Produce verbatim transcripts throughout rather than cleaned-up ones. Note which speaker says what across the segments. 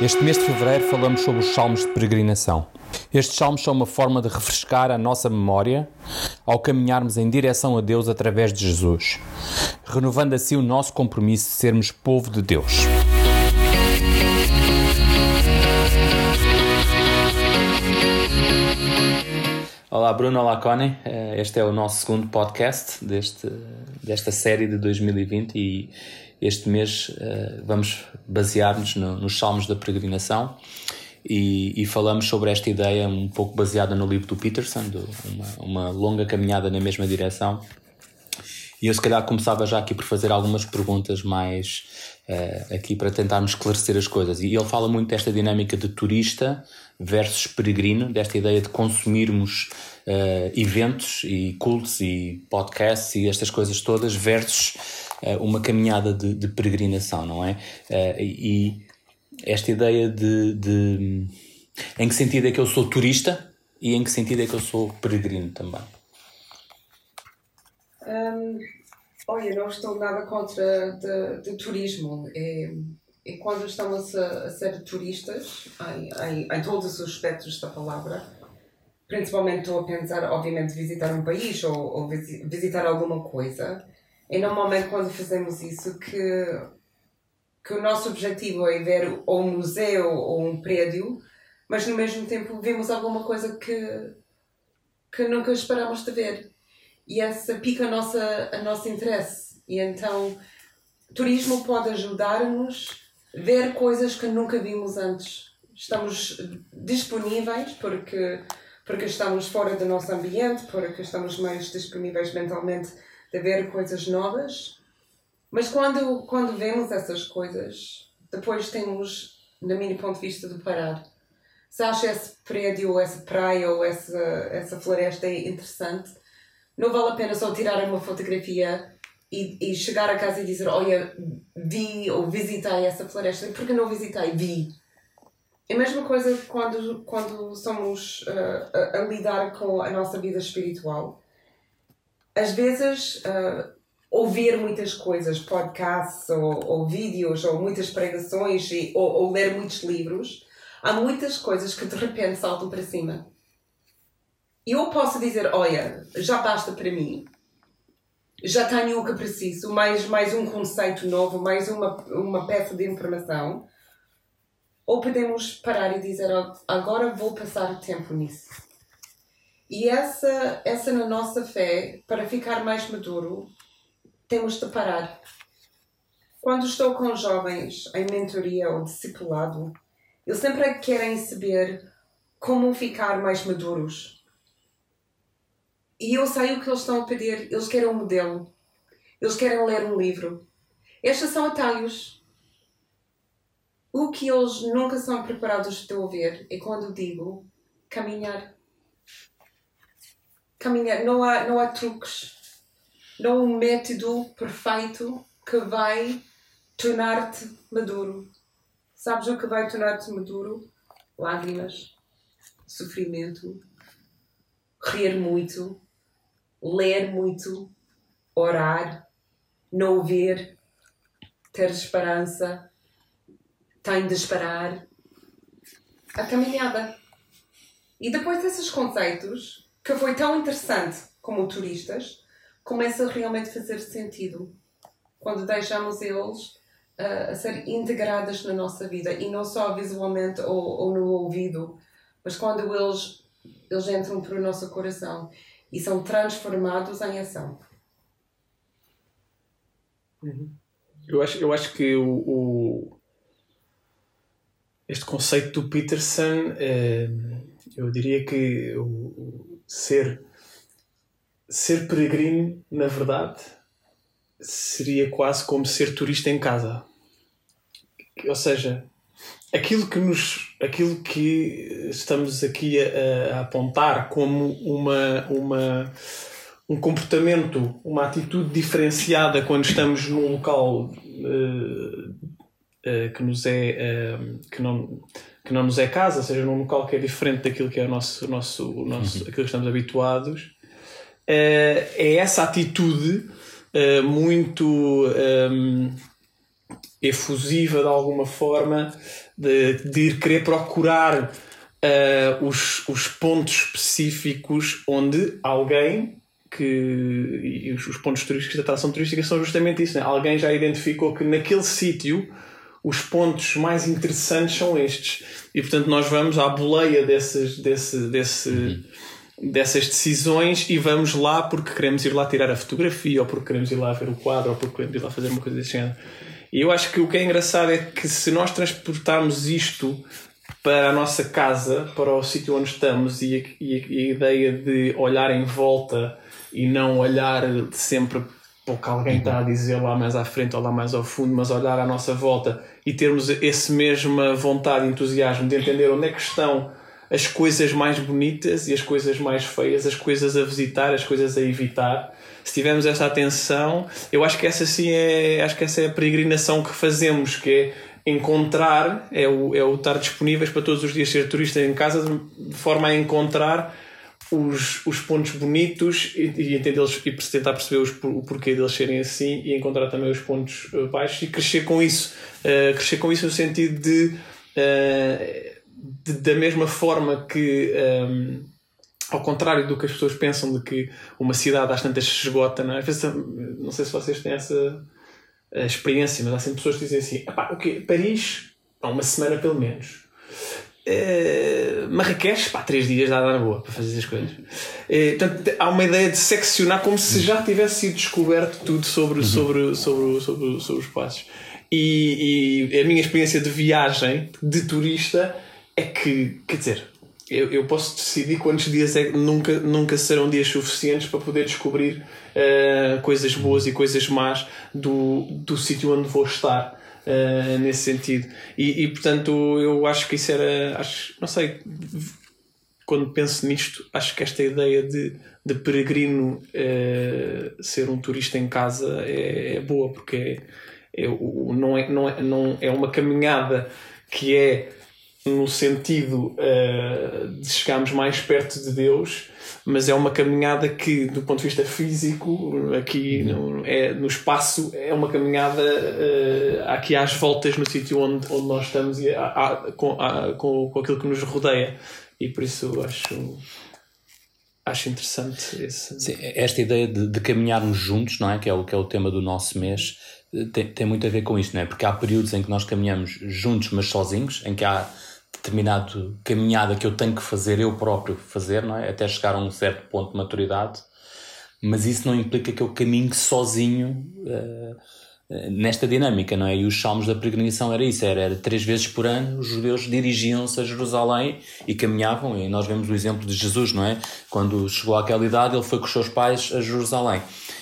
Speaker 1: Este mês de fevereiro falamos sobre os salmos de peregrinação. Estes salmos são uma forma de refrescar a nossa memória ao caminharmos em direção a Deus através de Jesus, renovando assim o nosso compromisso de sermos povo de Deus. Olá Bruno, olá Connie. Este é o nosso segundo podcast deste, desta série de dois mil e vinte e este mês uh, vamos basear-nos no, nos Salmos da Peregrinação e, e falamos sobre esta ideia um pouco baseada no livro do Peterson, de uma, uma longa caminhada na mesma direção. E eu se calhar começava já aqui por fazer algumas perguntas mais uh, aqui para tentarmos esclarecer as coisas. E ele fala muito desta dinâmica de turista versus peregrino, desta ideia de consumirmos uh, eventos e cultos e podcasts e estas coisas todas versus uh, uma caminhada de, de peregrinação, não é? Uh, e esta ideia de, de... Em que sentido é que eu sou turista e em que sentido é que eu sou peregrino também?
Speaker 2: Um, olha, não estou nada contra de, de turismo. É, é quando estamos a, a ser turistas em, em, em todos os aspectos da palavra. Principalmente estou a pensar, obviamente, visitar um país ou, ou visitar alguma coisa. E normalmente quando fazemos isso que, que o nosso objetivo é ver ou um museu ou um prédio, mas no mesmo tempo vemos alguma coisa que, que nunca esperamos de ver. E essa pica a nossa, a nosso interesse. E então, turismo pode ajudar-nos a ver coisas que nunca vimos antes. Estamos disponíveis porque, porque estamos fora do nosso ambiente, porque estamos mais disponíveis mentalmente de ver coisas novas. Mas quando, quando vemos essas coisas, depois temos, no meu ponto de vista, de parar. Se acha esse prédio, ou essa praia, ou essa, essa floresta interessante, não vale a pena só tirar uma fotografia e, e chegar a casa e dizer, olha, vi ou visitei essa floresta. Porque não visitei? Vi. É a mesma coisa quando, quando somos uh, a, a lidar com a nossa vida espiritual. Às vezes, uh, ouvir muitas coisas, podcasts ou, ou vídeos ou muitas pregações e, ou, ou ler muitos livros, há muitas coisas que de repente saltam para cima. E eu posso dizer, olha, já basta para mim, já tenho o que preciso, mais, mais um conceito novo, mais uma, uma peça de informação. Ou podemos parar e dizer, agora vou passar tempo nisso. E essa, essa na nossa fé, para ficar mais maduro, temos de parar. Quando estou com jovens em mentoria ou discipulado, eles sempre querem saber como ficar mais maduros. E eu sei o que eles estão a pedir. Eles querem um modelo. Eles querem ler um livro. Estes são atalhos. O que eles nunca são preparados de ouvir é quando digo caminhar. Caminhar. Não há, não há truques. Não há um método perfeito que vai tornar-te maduro. Sabes o que vai tornar-te maduro? Lágrimas. Sofrimento. Rir muito. Ler muito, orar, não ouvir, ter esperança, tem de esperar, a caminhada. E depois desses conceitos, que foi tão interessante como turistas, começa a realmente fazer sentido quando deixamos eles uh, a ser integrados na nossa vida, e não só visualmente ou, ou no ouvido, mas quando eles, eles entram para o nosso coração e são transformados em ação.
Speaker 3: Uhum. Eu acho, eu acho que o, o, este conceito do Peterson, é, eu diria que o, o ser, ser peregrino, na verdade, seria quase como ser turista em casa. Ou seja, aquilo que, nos, aquilo que estamos aqui a, a apontar como uma, uma, um comportamento, uma atitude diferenciada quando estamos num local uh, uh, que, nos é, uh, que, não, que não nos é casa, ou seja, num local que é diferente daquilo que é o nosso, o nosso, o nosso, aquilo que estamos habituados, uh, é essa atitude uh, muito... Um, efusiva de alguma forma, de, de ir querer procurar uh, os, os pontos específicos onde alguém que, e os, os pontos turísticos da atração turística são justamente isso, né? Alguém já identificou que naquele sítio os pontos mais interessantes são estes, e portanto nós vamos à boleia desses, desse, desse, uhum. dessas decisões e vamos lá porque queremos ir lá tirar a fotografia, ou porque queremos ir lá ver o quadro, ou porque queremos ir lá fazer uma coisa desse género. E eu acho que o que é engraçado é que se nós transportarmos isto para a nossa casa, para o sítio onde estamos, e a, e a, e a ideia de olhar em volta e não olhar sempre para o que alguém está a dizer lá mais à frente ou lá mais ao fundo, mas olhar à nossa volta e termos essa mesma vontade e entusiasmo de entender onde é que estão as coisas mais bonitas e as coisas mais feias, as coisas a visitar, as coisas a evitar. Se tivermos essa atenção, eu acho que essa sim é, acho que essa é a peregrinação que fazemos, que é encontrar, é o, é o estar disponíveis para todos os dias ser turista em casa, de forma a encontrar os, os pontos bonitos e, e entendê-los e tentar perceber os, o porquê deles serem assim, e encontrar também os pontos baixos e crescer com isso. Uh, crescer com isso no sentido de, uh, de da mesma forma que, um, ao contrário do que as pessoas pensam, de que uma cidade às tantas se esgota, não é? Às vezes, não sei se vocês têm essa experiência, mas há sempre pessoas que dizem assim: o quê? Paris, há uma semana pelo menos. Uh, Marrakech, pá, três dias dá na boa para fazer as coisas. Uh, portanto, há uma ideia de seccionar como se já tivesse sido descoberto tudo sobre, uhum. sobre, sobre, sobre, sobre os passos. E, e a minha experiência de viagem, de turista, é que, quer dizer, eu, eu posso decidir quantos dias é que nunca, nunca serão dias suficientes para poder descobrir uh, coisas boas e coisas más do, do sítio onde vou estar. Uh, nesse sentido, e, e portanto eu acho que isso era, acho, não sei, quando penso nisto, acho que esta ideia de, de peregrino uh, ser um turista em casa é, é boa, porque é, é, não, é, não, é, não é uma caminhada que é no sentido uh, de chegarmos mais perto de Deus, mas é uma caminhada que, do ponto de vista físico, aqui no, é, no espaço, é uma caminhada uh, aqui às voltas no sítio onde, onde nós estamos e a, a, com, a, com, com aquilo que nos rodeia, e por isso acho, acho interessante esse...
Speaker 1: Sim, esta ideia de, de caminharmos juntos, não é? Que é o, que é o tema do nosso mês, tem, tem muito a ver com isto, não é? Porque há períodos em que nós caminhamos juntos, mas sozinhos, em que há determinado caminhada que eu tenho que fazer eu próprio fazer, não é? Até chegar a um certo ponto de maturidade, mas isso não implica que eu caminhe sozinho uh, uh, nesta dinâmica, não é? E os salmos da peregrinação era isso, era, era três vezes por ano os judeus dirigiam-se a Jerusalém e caminhavam, e nós vemos o exemplo de Jesus, não é? Quando chegou àquela idade, ele foi com os seus pais a Jerusalém.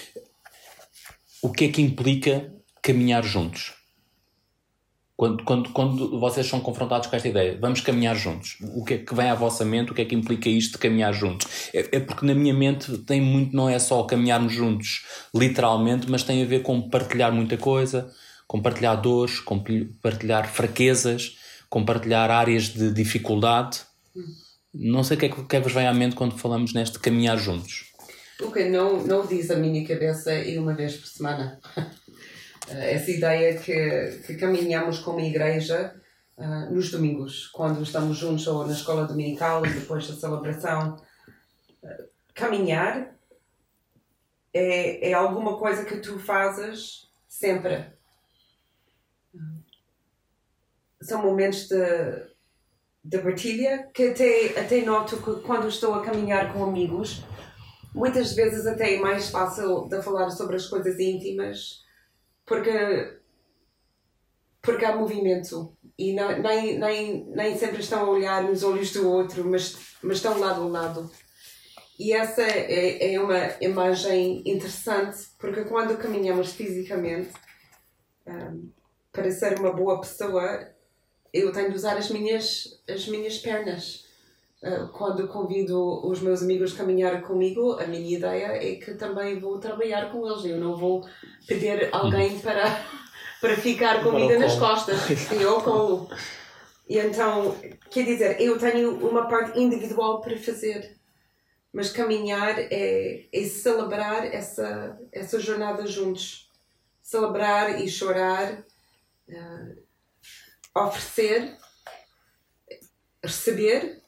Speaker 1: O que é que implica caminhar juntos? Quando, quando, quando vocês são confrontados com esta ideia, vamos caminhar juntos, o que é que vem à vossa mente, o que é que implica isto de caminhar juntos? É, é porque na minha mente tem muito, não é só caminharmos juntos literalmente, mas tem a ver com partilhar muita coisa, com partilhar dores, com partilhar fraquezas, com partilhar áreas de dificuldade. Não sei o que é que, o que, é que vos vem à mente quando falamos neste caminhar juntos.
Speaker 2: O que não, não diz a minha cabeça ir uma vez por semana. Essa ideia que, que caminhamos como igreja uh, nos domingos, quando estamos juntos ou na escola dominical e depois da celebração. Uh, caminhar é, é alguma coisa que tu fazes sempre. Uh, são momentos de, de partilha que até, até noto que quando estou a caminhar com amigos, muitas vezes até é mais fácil de falar sobre as coisas íntimas, porque, porque há movimento e não, nem, nem, nem sempre estão a olhar nos olhos do outro, mas, mas estão lado a lado. E essa é, é uma imagem interessante, porque quando caminhamos fisicamente, um, para ser uma boa pessoa, eu tenho de usar as minhas, as minhas pernas. Uh, quando convido os meus amigos a caminhar comigo, a minha ideia é que também vou trabalhar com eles. Eu não vou pedir alguém para, para ficar comigo nas costas e ao colo. E então, quer dizer, eu tenho uma parte individual para fazer, mas caminhar é, é celebrar essa, essa jornada juntos. Celebrar e chorar, uh, oferecer, receber,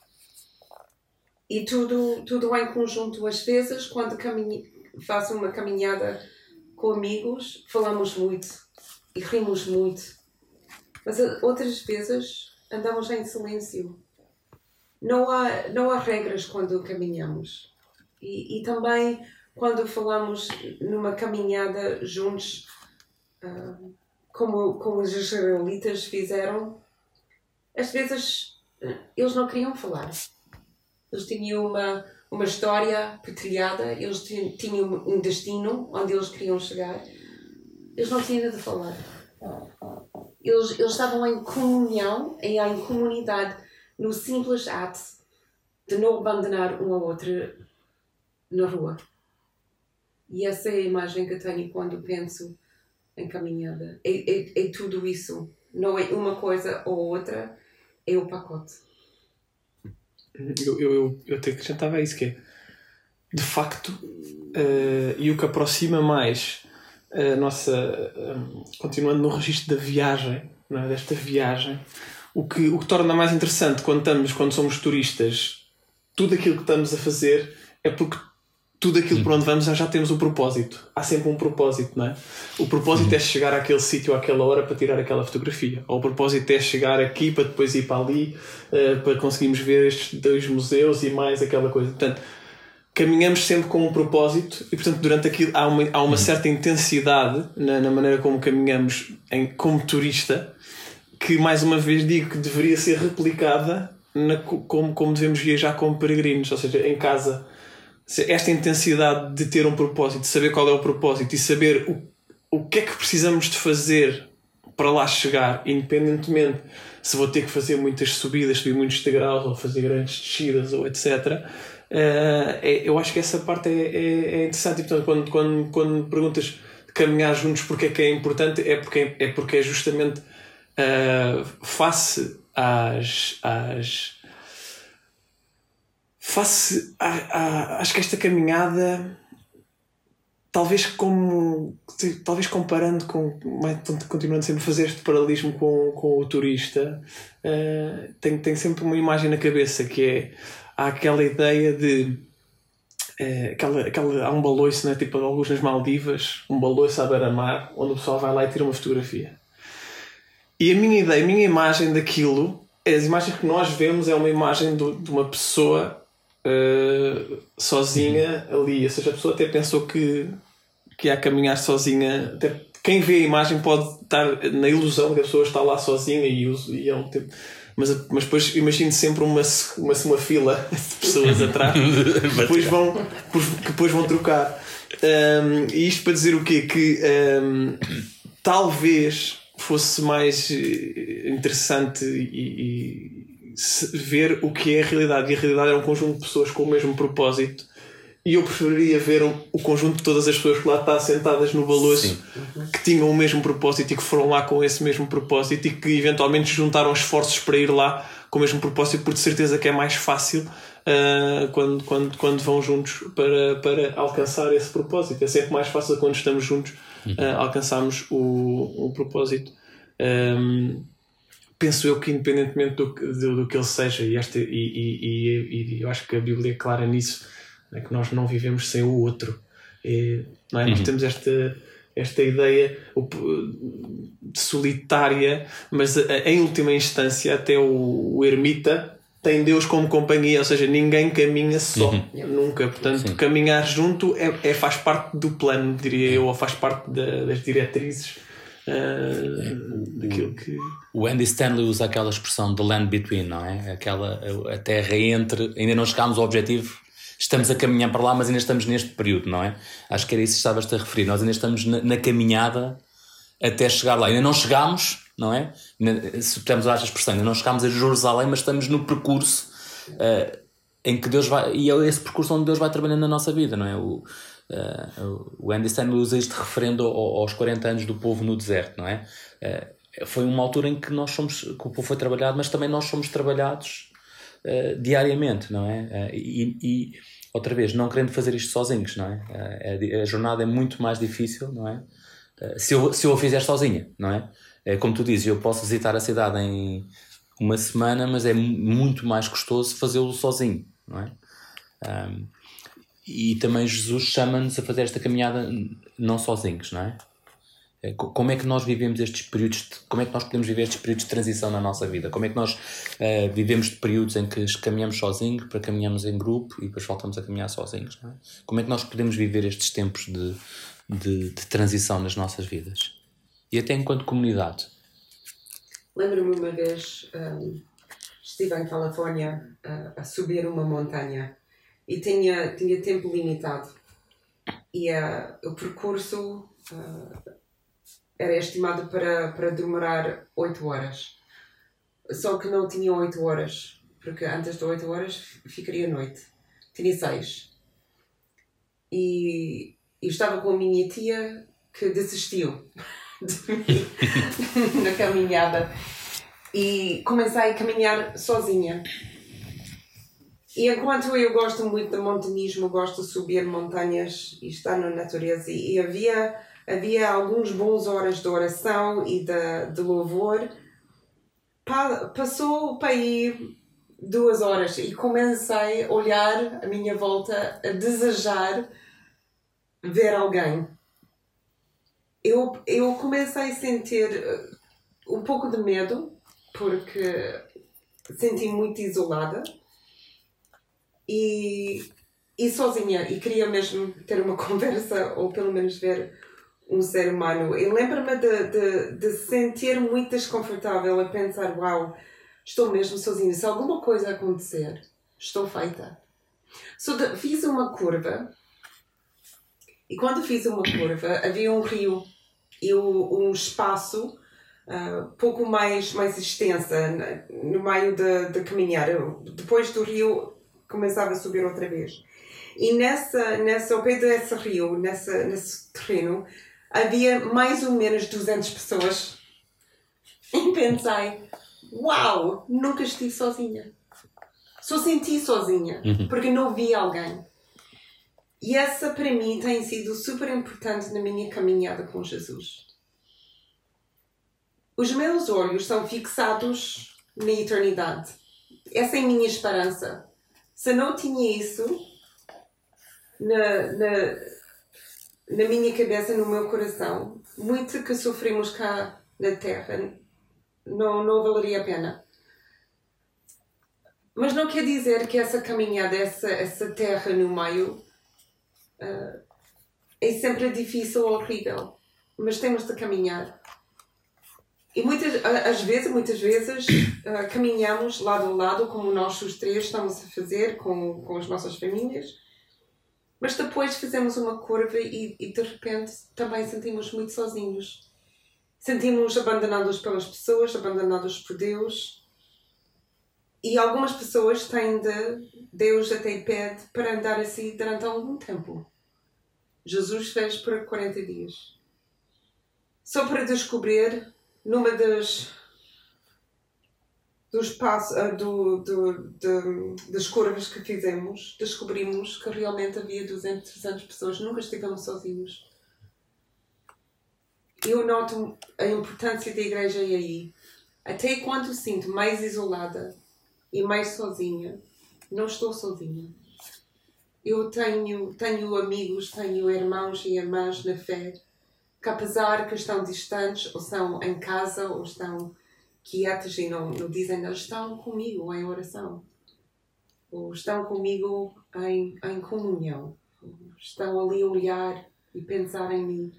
Speaker 2: e tudo, tudo em conjunto. Às vezes, quando caminho, faço uma caminhada com amigos, falamos muito e rimos muito, mas outras vezes andamos em silêncio. Não há, não há regras quando caminhamos. E, e também quando falamos numa caminhada juntos, uh, como, como os israelitas fizeram, às vezes eles não queriam falar. Eles tinham uma, uma história partilhada, eles tinham um destino onde eles queriam chegar. Eles não tinham nada a falar. Eles, eles estavam em comunhão e em comunidade no simples ato de não abandonar um ao outro na rua. E essa é a imagem que eu tenho quando penso em caminhada. É, é, é tudo isso. Não é uma coisa ou outra, é o pacote.
Speaker 3: Eu, eu, eu, eu até acrescentava isso, que é, de facto, uh, e o que aproxima mais a nossa, um, continuando no registro da viagem, não é? Desta viagem, o que, o que torna mais interessante quando, estamos, quando somos turistas, tudo aquilo que estamos a fazer é porque tudo aquilo por onde vamos já temos um propósito. Há sempre um propósito, não é? O propósito é chegar àquele sítio àquela hora para tirar aquela fotografia. Ou o propósito é chegar aqui para depois ir para ali, uh, para conseguirmos ver estes dois museus e mais aquela coisa. Portanto, caminhamos sempre com um propósito e, portanto, durante aquilo há uma, há uma certa intensidade na, na maneira como caminhamos em, como turista, que, mais uma vez, digo que deveria ser replicada na, como, como devemos viajar como peregrinos. Ou seja, em casa, esta intensidade de ter um propósito, de saber qual é o propósito e saber o, o que é que precisamos de fazer para lá chegar, independentemente se vou ter que fazer muitas subidas, subir muitos degraus ou fazer grandes descidas ou etcétera. Uh, é, eu acho que essa parte é, é, é interessante. E, portanto, quando, quando, quando perguntas de caminhar juntos porque é que é importante, é porque é, porque é justamente uh, face às... às face a, a, acho que esta caminhada, talvez como talvez comparando com, continuando sempre a fazer este paralelismo com, com o turista, uh, tenho, tenho sempre uma imagem na cabeça, que é, há aquela ideia de uh, aquela, aquela, há um baloiço, né, tipo alguns nas Maldivas, um baloiço à beira-mar, onde o pessoal vai lá e tira uma fotografia. E a minha ideia, a minha imagem daquilo, as imagens que nós vemos é uma imagem do, de uma pessoa Uh, sozinha ali, ou seja, a pessoa até pensou que, que ia caminhar sozinha. Até quem vê a imagem pode estar na ilusão de que a pessoa está lá sozinha e, e é um tempo, mas, mas depois imagino sempre uma, uma, uma fila de pessoas atrás que depois vão, que depois vão trocar. Um, e isto para dizer o quê? Que um, talvez fosse mais interessante e, e ver o que é a realidade, e a realidade é um conjunto de pessoas com o mesmo propósito, e eu preferiria ver um, o conjunto de todas as pessoas que lá estão sentadas no baloiço, que tinham o mesmo propósito e que foram lá com esse mesmo propósito e que eventualmente juntaram esforços para ir lá com o mesmo propósito, porque de certeza que é mais fácil uh, quando, quando, quando vão juntos para, para alcançar esse propósito. É sempre mais fácil quando estamos juntos uh, alcançarmos o, o propósito. Um, penso eu que independentemente do, do, do que ele seja, e, esta, e, e, e, e eu acho que a Bíblia é clara nisso, é que nós não vivemos sem o outro, é, não é? Uhum. Nós temos esta, esta ideia solitária, mas em última instância até o, o ermita tem Deus como companhia, ou seja, ninguém caminha só, uhum. nunca. Portanto, sim, caminhar junto é, é, faz parte do plano, diria eu, ou faz parte da, das diretrizes. Uh, daquilo que...
Speaker 1: O Andy Stanley usa aquela expressão the land between, não é? Aquela, a terra entre, ainda não chegámos ao objetivo, estamos a caminhar para lá, mas ainda estamos neste período, não é? Acho que era isso que estavas a referir. Nós ainda estamos na, na caminhada até chegar lá, ainda não chegámos, não é? Se pudermos usar esta expressão, ainda não chegámos a Jerusalém, mas estamos no percurso uh, em que Deus vai, e é esse percurso onde Deus vai trabalhando na nossa vida, não é? O, Uh, o Andy Stanley usa isto referendo ao, aos quarenta anos do povo no deserto, não é? Uh, foi uma altura em que nós somos, que o povo foi trabalhado, mas também nós somos trabalhados uh, diariamente, não é? Uh, e, e outra vez, não querendo fazer isto sozinhos, não é? Uh, a, a jornada é muito mais difícil, não é? Uh, se, eu, se eu a fizer sozinha, não é? É como tu dizes, eu posso visitar a cidade em uma semana, mas é muito mais custoso fazê-lo sozinho, não é? Um, e também Jesus chama-nos a fazer esta caminhada não sozinhos, não é? Como é que nós vivemos estes períodos, de, como é que nós podemos viver estes períodos de transição na nossa vida? Como é que nós uh, vivemos de períodos em que caminhamos sozinhos, para caminhamos em grupo e depois voltamos a caminhar sozinhos, não é? Como é que nós podemos viver estes tempos de, de, de transição nas nossas vidas? E até enquanto comunidade.
Speaker 2: Lembro-me uma vez, um, estive em Califórnia uh, a subir uma montanha e tinha, tinha tempo limitado. E uh, o percurso uh, era estimado para, para demorar oito horas. Só que não tinha oito horas, porque antes de oito horas ficaria noite. Tinha seis. E, e estava com a minha tia que desistiu de mim na caminhada. E comecei a caminhar sozinha. E enquanto eu gosto muito de montanismo, gosto de subir montanhas e estar na natureza, e havia, havia alguns bons horas de oração e de, de louvor, pa, passou para aí duas horas e comecei a olhar à minha volta, a desejar ver alguém. Eu, eu comecei a sentir um pouco de medo, porque senti muito isolada. E, e sozinha, e queria mesmo ter uma conversa ou pelo menos ver um ser humano. E lembro-me de, de, de sentir muito desconfortável a pensar, uau, estou mesmo sozinha, se alguma coisa acontecer, estou feita. So, de, fiz uma curva e quando fiz uma curva havia um rio e um, um espaço uh, pouco mais, mais extensa no meio de, de caminhar. Eu, depois do rio começava a subir outra vez. E nessa, nessa, ao pé desse rio, nessa, nesse terreno, havia mais ou menos duzentas pessoas. E pensei, uau, nunca estive sozinha. Só senti sozinha,
Speaker 1: uhum.
Speaker 2: porque não vi alguém. E essa para mim tem sido super importante na minha caminhada com Jesus. Os meus olhos são fixados na eternidade. Essa é a minha esperança. Se não tinha isso na, na, na minha cabeça, no meu coração, muito que sofremos cá na Terra não, não valeria a pena. Mas não quer dizer que essa caminhada, essa, essa terra no meio, uh, é sempre difícil ou horrível. Mas temos de caminhar. E muitas, às vezes, muitas vezes, uh, caminhamos lado a lado, como nós os três estamos a fazer com, com as nossas famílias. Mas depois fazemos uma curva e, e de repente também sentimos muito sozinhos. Sentimos abandonados pelas pessoas, abandonados por Deus. E algumas pessoas têm de, Deus até pede para andar assim durante algum tempo. Jesus fez por quarenta dias. Só para descobrir, numa das, dos passos, do, do, do, das curvas que fizemos, descobrimos que realmente havia duzentas, trezentas pessoas. Nunca estivemos sozinhos. Eu noto a importância da igreja aí. Até quando sinto mais isolada e mais sozinha, não estou sozinha. Eu tenho, tenho amigos, tenho irmãos e irmãs na fé que, apesar que estão distantes, ou estão em casa, ou estão quietos e não, não dizem nada, estão comigo em oração. Ou estão comigo em, em comunhão. Estão ali a olhar e pensar em mim.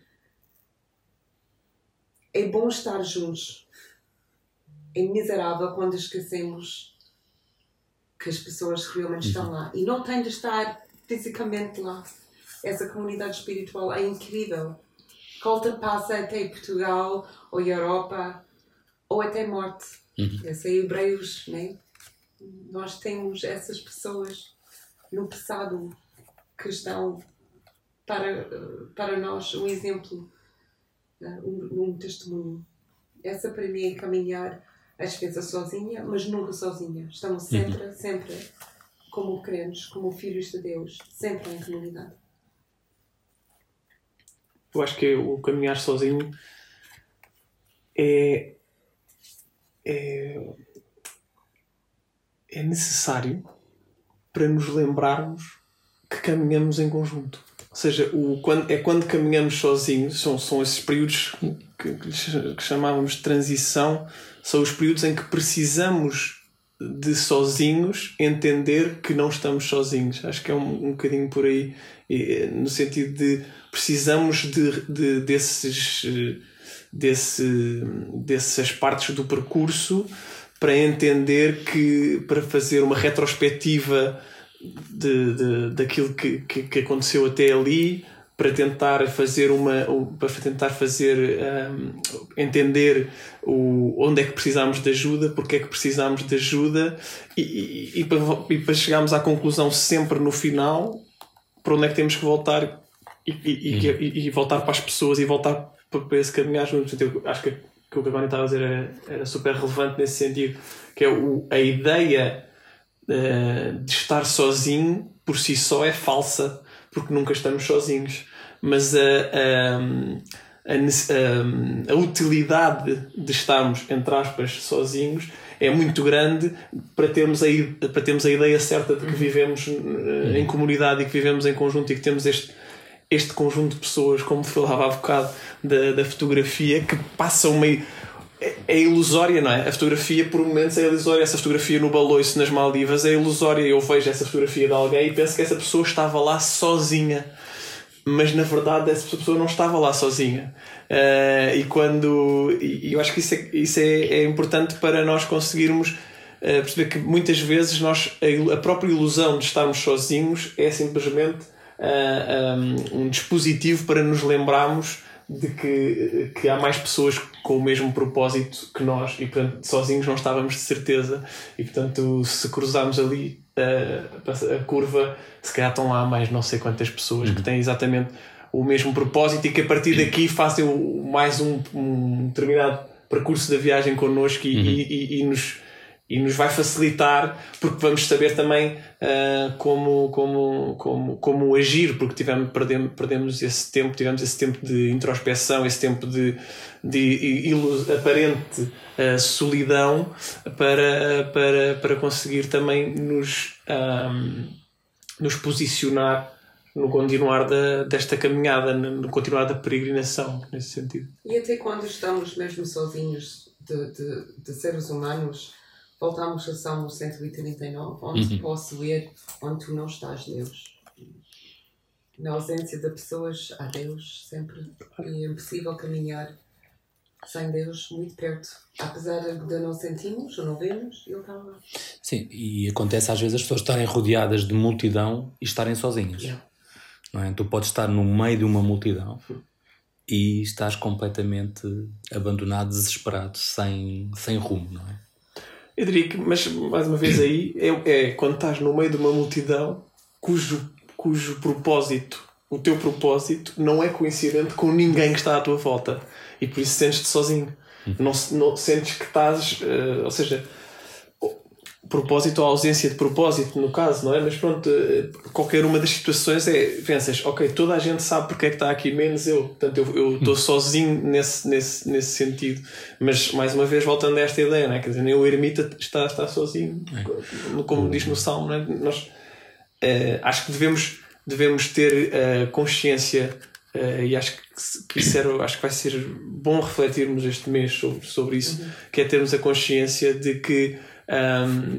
Speaker 2: É bom estar juntos. É miserável quando esquecemos que as pessoas realmente estão lá. E não tem de estar fisicamente lá. Essa comunidade espiritual é incrível. Que ultrapassa até Portugal, ou Europa, ou até morte.
Speaker 1: Uhum.
Speaker 2: Esse é Hebreus, né? Nós temos essas pessoas no passado que estão para, para nós um exemplo, um, um testemunho. Essa para mim é caminhar, às vezes sozinha, mas nunca sozinha. Estamos sempre, uhum. sempre como crentes, como filhos de Deus, sempre em comunidade.
Speaker 3: Eu acho que o caminhar sozinho é, é, é necessário para nos lembrarmos que caminhamos em conjunto. Ou seja, o, quando, é quando caminhamos sozinhos, são, são esses períodos que, que, que chamávamos de transição, são os períodos em que precisamos de sozinhos entender que não estamos sozinhos. Acho que é um, um bocadinho por aí, no sentido de precisamos de, de, desses, desse, dessas partes do percurso para entender que, para fazer uma retrospectiva de, de, daquilo que, que, que aconteceu até ali, para tentar fazer uma para tentar fazer um, entender o, onde é que precisamos de ajuda, porque é que precisamos de ajuda e, e, e, para, e para chegarmos à conclusão sempre no final para onde é que temos que voltar e, e, uhum. e, e voltar para as pessoas e voltar para, para esse caminhar juntos. Eu acho que, que o que a Connie estava a dizer era, era super relevante nesse sentido, que é o, a ideia uh, de estar sozinho por si só é falsa, porque nunca estamos sozinhos, mas a, a, a, a, a utilidade de estarmos, entre aspas, sozinhos é muito grande para termos a, para termos a ideia certa de que vivemos em comunidade e que vivemos em conjunto e que temos este, este conjunto de pessoas, como falava há bocado, da, da fotografia, que passam meio... É ilusória, não é? A fotografia, por momentos, é ilusória. Essa fotografia no Baloiço, nas Maldivas, é ilusória. Eu vejo essa fotografia de alguém e penso que essa pessoa estava lá sozinha. Mas, na verdade, essa pessoa não estava lá sozinha. Uh, e quando... E eu acho que isso é, isso é, é importante para nós conseguirmos uh, perceber que, muitas vezes, nós, a, a própria ilusão de estarmos sozinhos é simplesmente uh, um, um dispositivo para nos lembrarmos de que, que há mais pessoas com o mesmo propósito que nós e, portanto, sozinhos não estávamos de certeza e, portanto, se cruzarmos ali a, a curva, se calhar estão lá mais não sei quantas pessoas uhum. que têm exatamente o mesmo propósito e que a partir daqui fazem mais um, um determinado percurso da viagem connosco e, uhum. e, e, e nos E nos vai facilitar, porque vamos saber também uh, como, como, como, como agir, porque tivemos, perdemos, perdemos esse tempo, tivemos esse tempo de introspeção, esse tempo de, de ilus, aparente uh, solidão para, para, para conseguir também nos, um, nos posicionar no continuar da, desta caminhada, no continuar da peregrinação, nesse sentido.
Speaker 2: E até quando estamos mesmo sozinhos de, de, de seres humanos, voltamos a Salmo cento e trinta e nove, onde uhum. posso ler onde tu não estás, Deus. Na ausência de pessoas, há Deus sempre. E é impossível caminhar sem Deus muito perto. Apesar de não sentirmos ou não vermos, Ele está lá.
Speaker 1: Sim, e acontece às vezes as pessoas estarem rodeadas de multidão e estarem sozinhas. Yeah. Não é? Tu podes estar no meio de uma multidão e estás completamente abandonado, desesperado, sem, sem rumo, não é?
Speaker 3: Eu diria que, mas mais uma vez aí, é, é quando estás no meio de uma multidão cujo, cujo propósito, o teu propósito, não é coincidente com ninguém que está à tua volta. E por isso sentes-te sozinho. Uhum. Não, não sentes que estás... Uh, ou seja, propósito ou ausência de propósito, no caso, não é? Mas pronto, qualquer uma das situações é... Pensas, ok, toda a gente sabe porque é que está aqui, menos eu. Portanto, eu estou sozinho nesse, nesse, nesse sentido. Mas, mais uma vez, voltando a esta ideia, não é? Quer dizer, nem o eremita está, está sozinho. É. Como diz no Salmo, não é? Nós uh, acho que devemos, devemos ter uh, consciência uh, e acho que, que isso era, acho que vai ser bom refletirmos este mês sobre, sobre isso, uhum. que é termos a consciência de que Um,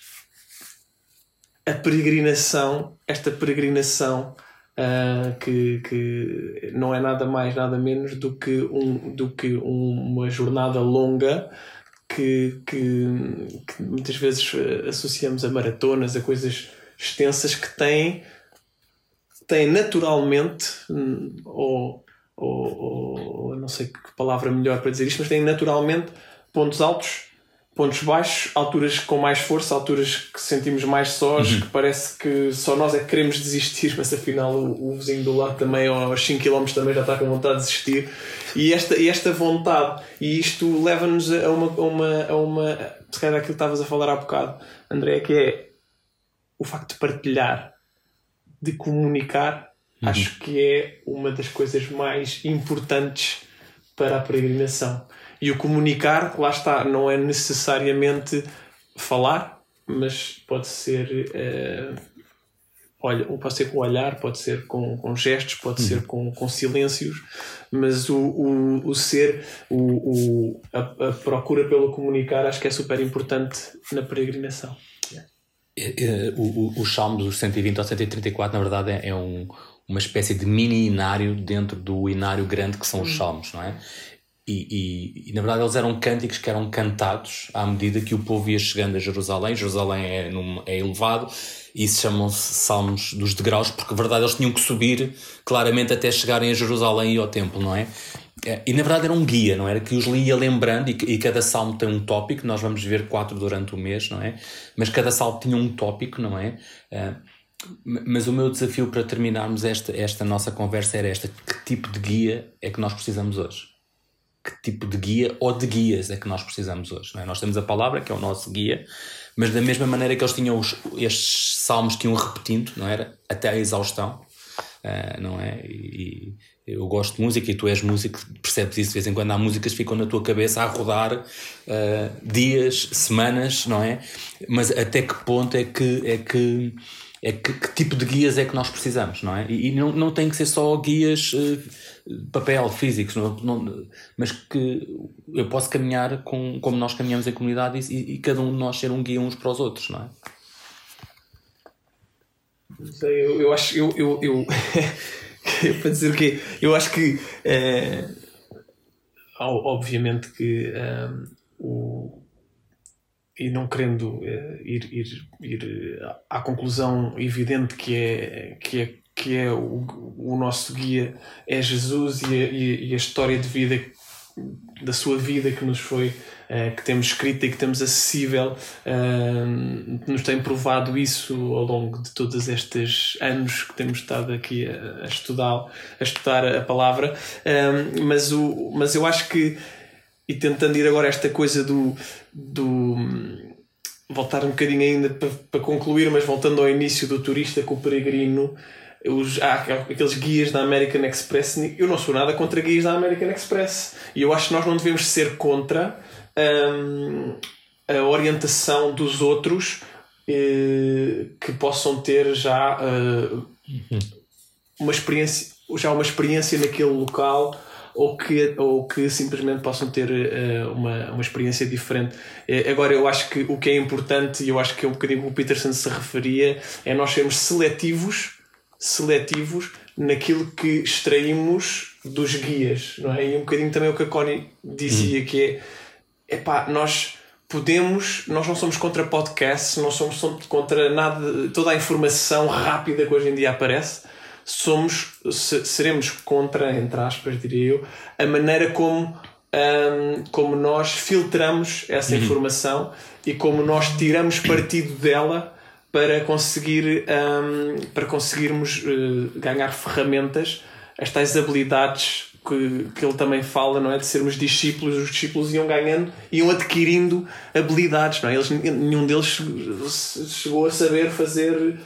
Speaker 3: a peregrinação, esta peregrinação uh, que, que não é nada mais, nada menos do que, um, do que um, uma jornada longa que, que, que muitas vezes associamos a maratonas, a coisas extensas que têm, têm naturalmente, ou, ou, ou não sei que palavra melhor para dizer isto, mas têm naturalmente pontos altos, pontos baixos, alturas com mais força, alturas que sentimos mais sós, uhum. que parece que só nós é que queremos desistir, mas afinal o, o vizinho do lado também aos cinco quilómetros também já está com vontade de desistir. E esta, e esta vontade, e isto leva-nos a uma, a uma, a uma se calhar aquilo que estavas a falar há bocado, André, que é o facto de partilhar, de comunicar, uhum. acho que é uma das coisas mais importantes para a peregrinação. E o comunicar, lá está, não é necessariamente falar, mas pode ser, uh, olha, pode ser com o olhar, pode ser com, com gestos, pode uhum. ser com, com silêncios, mas o, o, o ser, o, o, a, a procura pelo comunicar, acho que é super importante na peregrinação.
Speaker 1: O, o, o Salmo dos cento e vinte ao cento e trinta e quatro, na verdade, é, é um, uma espécie de mini inário dentro do inário grande que são os Salmos, não é? E, e, e na verdade eles eram cânticos que eram cantados à medida que o povo ia chegando a Jerusalém. Jerusalém é, num, é elevado e se chamam-se Salmos dos degraus, porque na verdade eles tinham que subir claramente até chegarem a Jerusalém e ao templo, não é? E na verdade era um guia, não era? Que os lia lembrando, e, e cada salmo tem um tópico. Nós vamos ver quatro durante o mês, não é? Mas cada salmo tinha um tópico, não é? Uh, mas o meu desafio para terminarmos esta, esta nossa conversa era esta: que tipo de guia é que nós precisamos hoje? Que tipo de guia ou de guias é que nós precisamos hoje, não é? Nós temos a palavra, que é o nosso guia, mas da mesma maneira que eles tinham os, estes salmos que iam repetindo, não era? Até a exaustão, uh, não é? E, e eu gosto de música e tu és músico, percebes isso. De vez em quando há músicas que ficam na tua cabeça a rodar uh, dias, semanas, não é? Mas até que ponto é que... É que É que, que tipo de guias é que nós precisamos, não é? E, e não, não tem que ser só guias uh, papel, físicos, não, não, mas que eu posso caminhar com, como nós caminhamos em comunidade e, e cada um de nós ser um guia uns para os outros, não é?
Speaker 3: Não sei, eu, eu acho... Eu, eu, eu, para dizer o quê? Eu acho que... É, obviamente que um, o... E não querendo uh, ir, ir, ir à conclusão evidente que é, que é, que é o, o nosso guia é Jesus e a, e a história de vida da sua vida que nos foi uh, que temos escrita e que temos acessível, uh, nos tem provado isso ao longo de todos estes anos que temos estado aqui a, a estudar a estudar a palavra, uh, mas, o, mas eu acho que, e tentando ir agora a esta coisa do, do voltar um bocadinho ainda para, para concluir, mas voltando ao início do turista com o peregrino, os, há aqueles guias da American Express. Eu não sou nada contra guias da American Express e eu acho que nós não devemos ser contra hum, a orientação dos outros eh, que possam ter já eh, uma experiência, já uma experiência naquele local, ou que, ou que simplesmente possam ter uh, uma, uma experiência diferente. Uh, agora, eu acho que o que é importante, e eu acho que é um bocadinho o que o Peterson se referia, é nós sermos seletivos, seletivos naquilo que extraímos dos guias, não é? E um bocadinho também o que a Connie dizia, uhum. que é, epá, nós podemos, nós não somos contra podcasts, não somos contra nada, toda a informação rápida que hoje em dia aparece. Somos, seremos contra, entre aspas, diria eu, a maneira como, um, como nós filtramos essa uhum. informação e como nós tiramos partido dela para, conseguir, um, para conseguirmos uh, ganhar ferramentas, as tais habilidades que, que ele também fala, não é? De sermos discípulos. Os discípulos iam ganhando, iam adquirindo habilidades, não é? Eles, nenhum deles chegou a saber fazer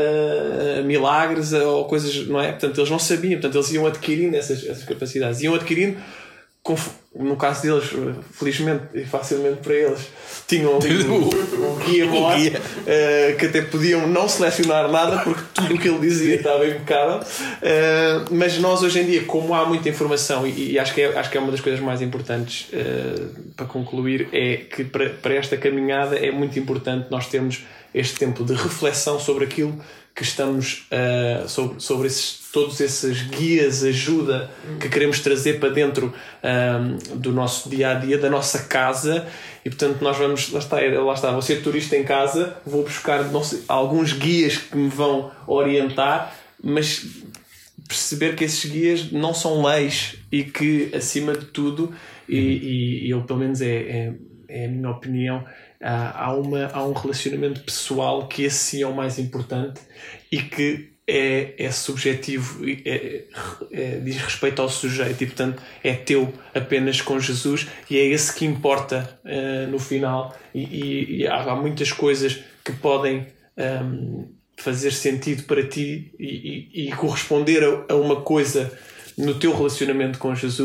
Speaker 3: Uh, milagres ou coisas, não é? Portanto, eles não sabiam, portanto, eles iam adquirindo essas, essas capacidades, iam adquirindo, com, no caso deles, felizmente e facilmente para eles, tinham ali um, um guia maior, uh, que até podiam não selecionar nada porque tudo o que ele dizia estava impecável, uh, mas nós hoje em dia, como há muita informação, e, e acho, que é, acho que é uma das coisas mais importantes uh, para concluir, é que para, para esta caminhada é muito importante nós termos este tempo de reflexão sobre aquilo que estamos uh, sobre, sobre esses, todos esses guias, ajuda que queremos trazer para dentro um, do nosso dia-a-dia, da nossa casa. E portanto nós vamos, lá está, lá está, vou ser turista em casa, vou buscar não sei, alguns guias que me vão orientar, mas perceber que esses guias não são leis e que acima de tudo, e, e, e eu pelo menos é, é, é a minha opinião, há, uma, há um relacionamento pessoal que esse sim é o mais importante e que é, é subjetivo, é, é, diz respeito ao sujeito e portanto é teu apenas com Jesus e é esse que importa uh, no final e, e, e há, há muitas coisas que podem um, fazer sentido para ti e, e, e corresponder a, a uma coisa no teu relacionamento com Jesus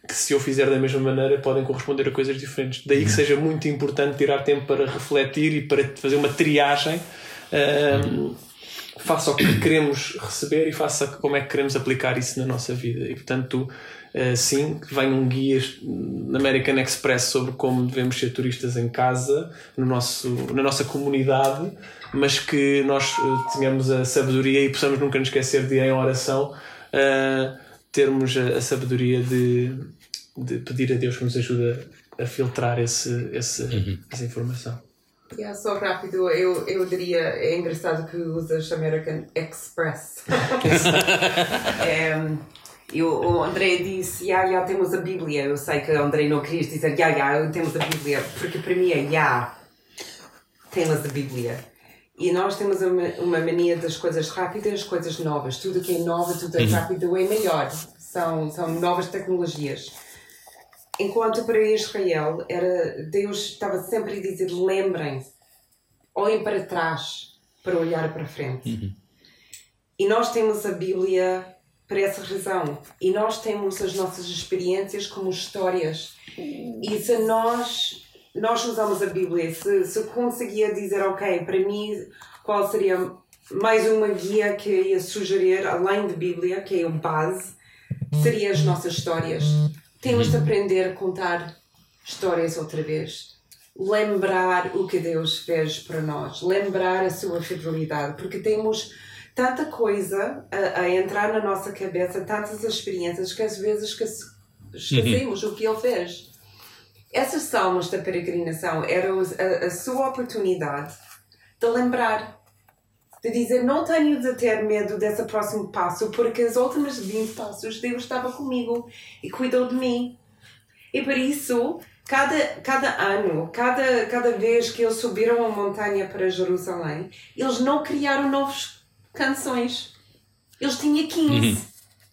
Speaker 3: que se eu fizer da mesma maneira podem corresponder a coisas diferentes. Daí que seja muito importante tirar tempo para refletir e para fazer uma triagem um, face ao que queremos receber e face a como é que queremos aplicar isso na nossa vida. E portanto, uh, sim, vem um guia na American Express sobre como devemos ser turistas em casa, no nosso, na nossa comunidade, mas que nós uh, tenhamos a sabedoria e possamos nunca nos esquecer de, em oração, uh, termos a, a sabedoria de, de pedir a Deus que nos ajude a filtrar esse, esse, uhum. essa informação.
Speaker 2: Yeah, só rápido, eu, eu diria, é engraçado que usas American Express. é, eu, o André disse, já, yeah, já temos a Bíblia. Eu sei que o André não queria dizer, já, já, temos a Bíblia, porque para mim é, já, temos a Bíblia. E nós temos uma, uma mania das coisas rápidas, coisas novas. Tudo que é novo, tudo é rápido é melhor. São, são novas tecnologias. Enquanto para Israel, era, Deus estava sempre a dizer, lembrem-se, olhem para trás para olhar para frente. Uhum. E nós temos a Bíblia para essa razão. E nós temos as nossas experiências como histórias. E se nós, nós usamos a Bíblia, se, se eu conseguia dizer, ok, para mim, qual seria mais uma guia que eu ia sugerir, além da Bíblia, que é a base, seria as nossas histórias. Temos de aprender a contar histórias outra vez. Lembrar o que Deus fez para nós. Lembrar a sua fidelidade. Porque temos tanta coisa a, a entrar na nossa cabeça, tantas experiências, que às vezes que esquecemos uhum. o que Ele fez. Essas salmos da peregrinação eram a, a sua oportunidade de lembrar. De dizer, não tenho de ter medo desse próximo passo, porque as últimas vinte passos Deus estava comigo e cuidou de mim. E por isso, cada, cada ano, cada, cada vez que eles subiram a montanha para Jerusalém, eles não criaram novas canções. Eles tinham quinze. Uhum.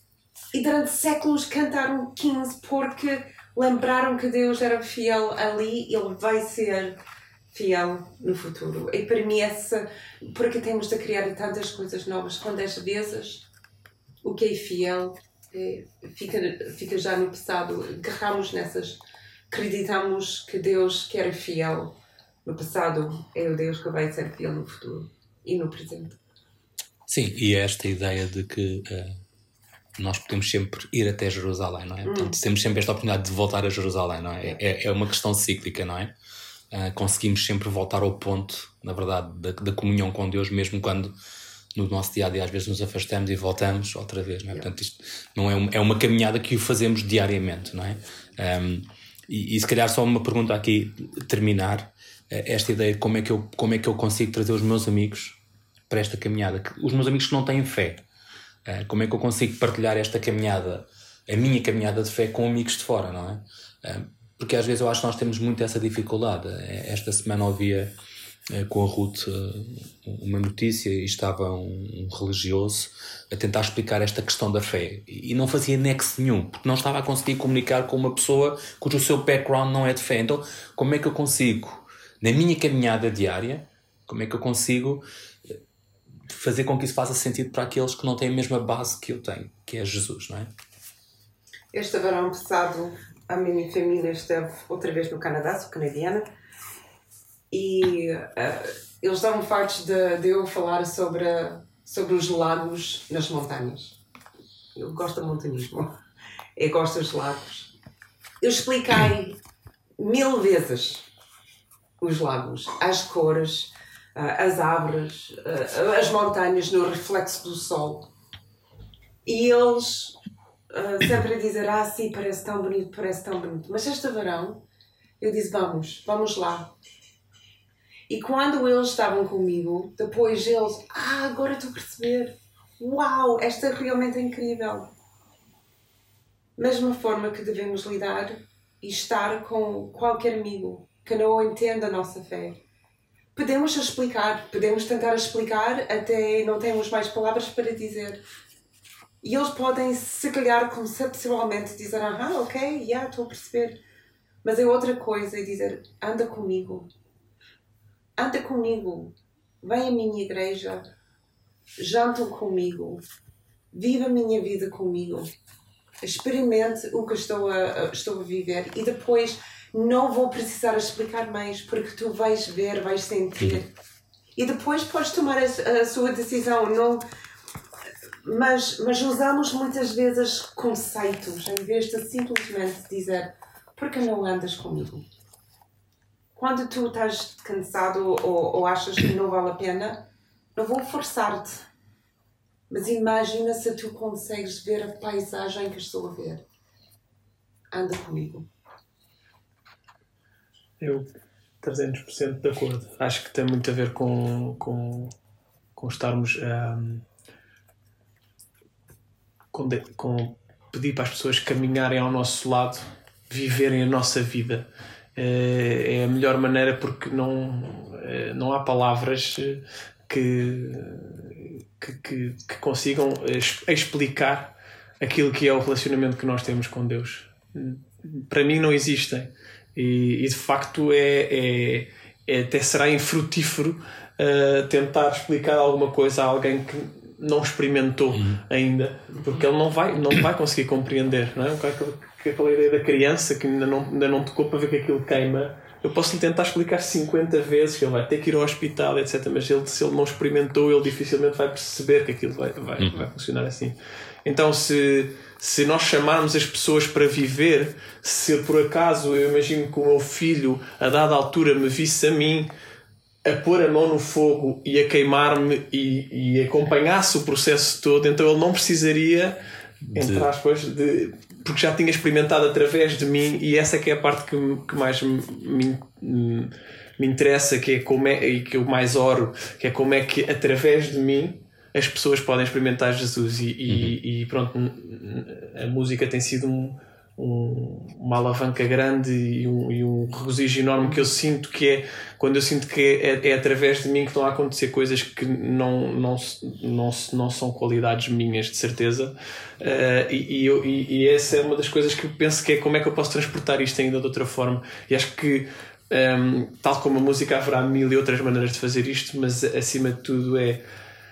Speaker 2: E durante séculos cantaram quinze porque lembraram que Deus era fiel ali e Ele vai ser fiel no futuro. E para mim essa, porque temos de criar tantas coisas novas, quando às vezes o que é fiel é, fica, fica já no passado, agarramos nessas, acreditamos que Deus que era fiel no passado é o Deus que vai ser fiel no futuro e no presente.
Speaker 1: Sim, e esta ideia de que uh, nós podemos sempre ir até Jerusalém, não é? Hum. Portanto, temos sempre esta oportunidade de voltar a Jerusalém, não é? É, é uma questão cíclica, não é? Uh, conseguimos sempre voltar ao ponto, na verdade, da, da comunhão com Deus, mesmo quando no nosso dia-a-dia às vezes nos afastamos e voltamos outra vez, não é? Portanto, isto não é, um, é uma caminhada que o fazemos diariamente, não é? Um, e, e se calhar só uma pergunta aqui, terminar, esta ideia de como é que eu, como é que eu consigo trazer os meus amigos para esta caminhada, os meus amigos que não têm fé, uh, como é que eu consigo partilhar esta caminhada, a minha caminhada de fé, com amigos de fora, não é? Uh, Porque às vezes eu acho que nós temos muito essa dificuldade. Esta semana ouvia com a Ruth uma notícia e estava um religioso a tentar explicar esta questão da fé. E não fazia nexo nenhum, porque não estava a conseguir comunicar com uma pessoa cujo seu background não é de fé. Então, como é que eu consigo, na minha caminhada diária, como é que eu consigo fazer com que isso faça sentido para aqueles que não têm a mesma base que eu tenho, que é Jesus, não é?
Speaker 2: Este verão passado, a minha família esteve outra vez no Canadá, sou canadiana, e uh, eles estavam fartos de, de eu falar sobre, sobre os lagos nas montanhas. Eu gosto do montanismo, eu gosto dos lagos. Eu expliquei mil vezes os lagos, as cores, uh, as árvores, uh, as montanhas no reflexo do sol. E eles... Uh, sempre a dizer, ah sim, parece tão bonito, parece tão bonito. Mas este verão, eu disse, vamos, vamos lá. E quando eles estavam comigo, depois eles, ah, agora estou a perceber. Uau, esta realmente é incrível. Mesma forma que devemos lidar e estar com qualquer amigo que não entenda a nossa fé. Podemos explicar, podemos tentar explicar até não temos mais palavras para dizer. E eles podem, se calhar, conceptualmente dizer, ah, ok, já, yeah, estou a perceber. Mas é outra coisa e dizer, anda comigo. Anda comigo. Vem à minha igreja. Jantam comigo. Viva a minha vida comigo. experimente o que estou a, estou a viver e depois não vou precisar explicar mais porque tu vais ver, vais sentir. E depois podes tomar a, a sua decisão. Não, mas, mas usamos muitas vezes conceitos em vez de simplesmente dizer por que não andas comigo? Quando tu estás cansado ou, ou achas que não vale a pena, não vou forçar-te. Mas imagina se tu consegues ver a paisagem que estou a ver. Anda comigo.
Speaker 3: Eu trezentos por cento de acordo. Acho que tem muito a ver com, com, com estarmos um, com, de, com pedir para as pessoas caminharem ao nosso lado, viverem a nossa vida. É a melhor maneira porque não, não há palavras que, que, que, que consigam explicar aquilo que é o relacionamento que nós temos com Deus. Para mim não existem. E, e de facto é, é, é, até será infrutífero uh, tentar explicar alguma coisa a alguém que não experimentou uhum. ainda, porque ele não vai, não vai conseguir compreender, não é? Aquela, aquela ideia da criança que ainda não, ainda não tocou para ver que aquilo queima. Eu posso lhe tentar explicar cinquenta vezes que ele vai ter que ir ao hospital, etcétera. Mas ele, se ele não experimentou, ele dificilmente vai perceber que aquilo vai, vai, uhum. vai funcionar assim. Então se, se nós chamarmos as pessoas para viver, se por acaso eu imagino que o meu filho a dada altura me visse a mim a pôr a mão no fogo e a queimar-me e, e acompanhasse o processo todo, então ele não precisaria, entre de... aspas, de, porque já tinha experimentado através de mim, e essa que é a parte que, que mais me, me, me interessa, que é como é, e que eu mais oro, que é como é que através de mim as pessoas podem experimentar Jesus. E, uhum. e, e pronto, a música tem sido um, um, uma alavanca grande e um, e um regozijo enorme que eu sinto, que é quando eu sinto que é, é através de mim que estão a acontecer coisas que não, não, não, não são qualidades minhas, de certeza. Uh, e, e, e essa é uma das coisas que eu penso que é como é que eu posso transportar isto ainda de outra forma. E acho que um, tal como a música, haverá mil e outras maneiras de fazer isto, mas acima de tudo é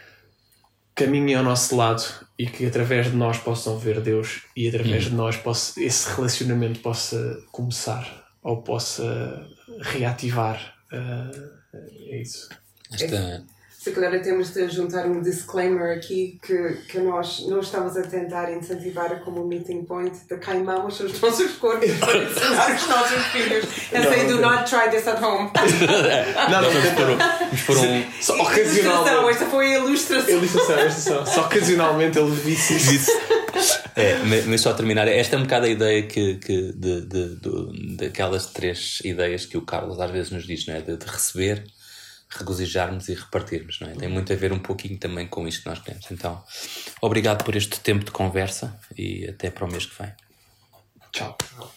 Speaker 3: caminhem ao nosso lado e que através de nós possam ver Deus e através hum. de nós possa, esse relacionamento possa começar ou possa reativar. Uh, é isso.
Speaker 1: Esta...
Speaker 2: Se calhar temos de juntar um disclaimer aqui que, que nós não estamos a tentar incentivar como meeting point de queimamos os nossos corpos para ensinar os nossos filhos. And say do not try this at home.
Speaker 3: não, não, vamos pôr um... Vamos pôr um só ocasionalmente.
Speaker 2: Esta foi a ilustração.
Speaker 3: Ilustração, ilustração. Só ocasionalmente ele visse isso.
Speaker 1: É, mas só a terminar, esta é um bocado a ideia que, que de, de, de, daquelas três ideias que o Carlos às vezes nos diz, não é? De, de receber, regozijarmos e repartirmos, não é? Tem muito a ver um pouquinho também com isto que nós temos. Então, obrigado por este tempo de conversa e até para o mês que vem.
Speaker 3: Tchau.